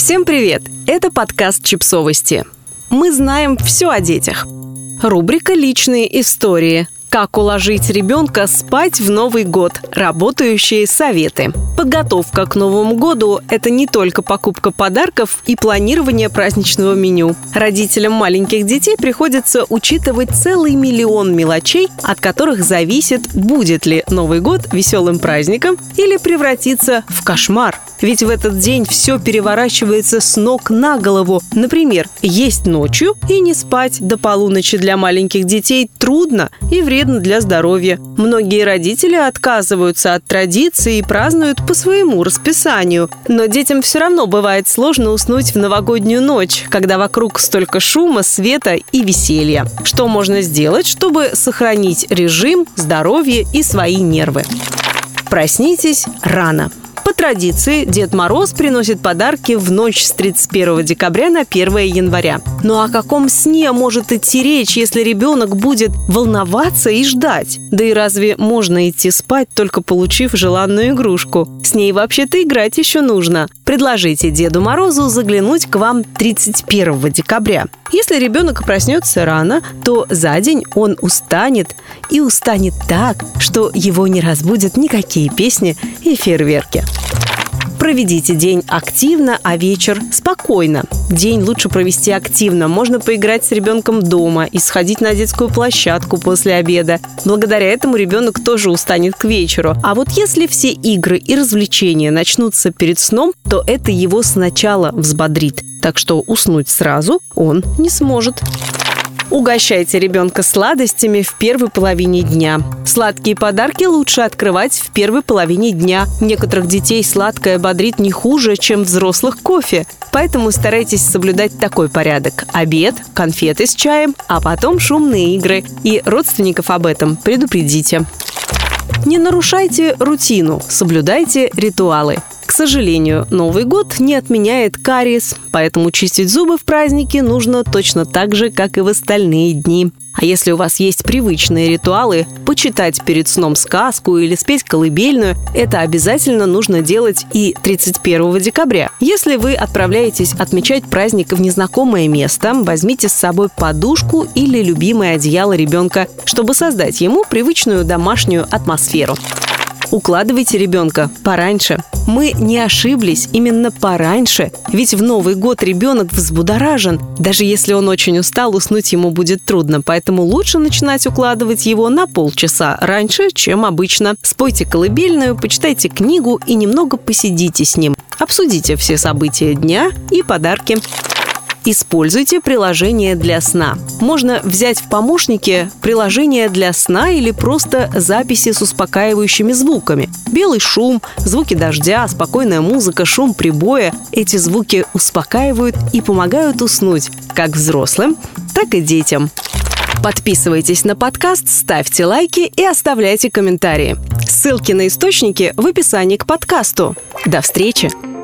Всем привет! Это подкаст «Чипсовости». Мы знаем все о детях. Рубрика «Личные истории». Как уложить ребенка спать в Новый год? Работающие советы. Подготовка к Новому году – это не только покупка подарков и планирование праздничного меню. Родителям маленьких детей приходится учитывать целый миллион мелочей, от которых зависит, будет ли Новый год веселым праздником или превратится в кошмар. Ведь в этот день все переворачивается с ног на голову. Например, есть ночью и не спать до полуночи для маленьких детей трудно и вредно для здоровья. Многие родители отказываются от традиции и празднуют по своему расписанию. Но детям все равно бывает сложно уснуть в новогоднюю ночь, когда вокруг столько шума, света и веселья. Что можно сделать, чтобы сохранить режим, здоровье и свои нервы? Проснитесь рано. По традиции, Дед Мороз приносит подарки в ночь с 31 декабря на 1 января. Ну о каком сне может идти речь, если ребенок будет волноваться и ждать? Да и разве можно идти спать, только получив желанную игрушку? С ней вообще-то играть еще нужно. Предложите Деду Морозу заглянуть к вам 31 декабря. Если ребенок проснется рано, то за день он устанет. И устанет так, что его не разбудят никакие песни и фейерверки. Проведите день активно, а вечер спокойно. День лучше провести активно. Можно поиграть с ребенком дома и сходить на детскую площадку после обеда. Благодаря этому ребенок тоже устанет к вечеру. А вот если все игры и развлечения начнутся перед сном, то это его сначала взбодрит. Так что уснуть сразу он не сможет. Угощайте ребенка сладостями в первой половине дня. Сладкие подарки лучше открывать в первой половине дня. Некоторых детей сладкое бодрит не хуже, чем взрослых кофе. Поэтому старайтесь соблюдать такой порядок. Обед, конфеты с чаем, а потом шумные игры. И родственников об этом предупредите. Не нарушайте рутину, соблюдайте ритуалы. К сожалению, Новый год не отменяет кариес, поэтому чистить зубы в праздники нужно точно так же, как и в остальные дни. А если у вас есть привычные ритуалы, почитать перед сном сказку или спеть колыбельную, это обязательно нужно делать и 31 декабря. Если вы отправляетесь отмечать праздник в незнакомое место, возьмите с собой подушку или любимое одеяло ребенка, чтобы создать ему привычную домашнюю атмосферу. Укладывайте ребенка пораньше. Мы не ошиблись, именно пораньше. Ведь в Новый год ребенок взбудоражен. Даже если он очень устал, уснуть ему будет трудно. Поэтому лучше начинать укладывать его на полчаса раньше, чем обычно. Спойте колыбельную, почитайте книгу и немного посидите с ним. Обсудите все события дня и подарки. Используйте приложение для сна. Можно взять в помощники приложение для сна или просто записи с успокаивающими звуками. Белый шум, звуки дождя, спокойная музыка, шум прибоя. Эти звуки успокаивают и помогают уснуть как взрослым, так и детям. Подписывайтесь на подкаст, ставьте лайки и оставляйте комментарии. Ссылки на источники в описании к подкасту. До встречи!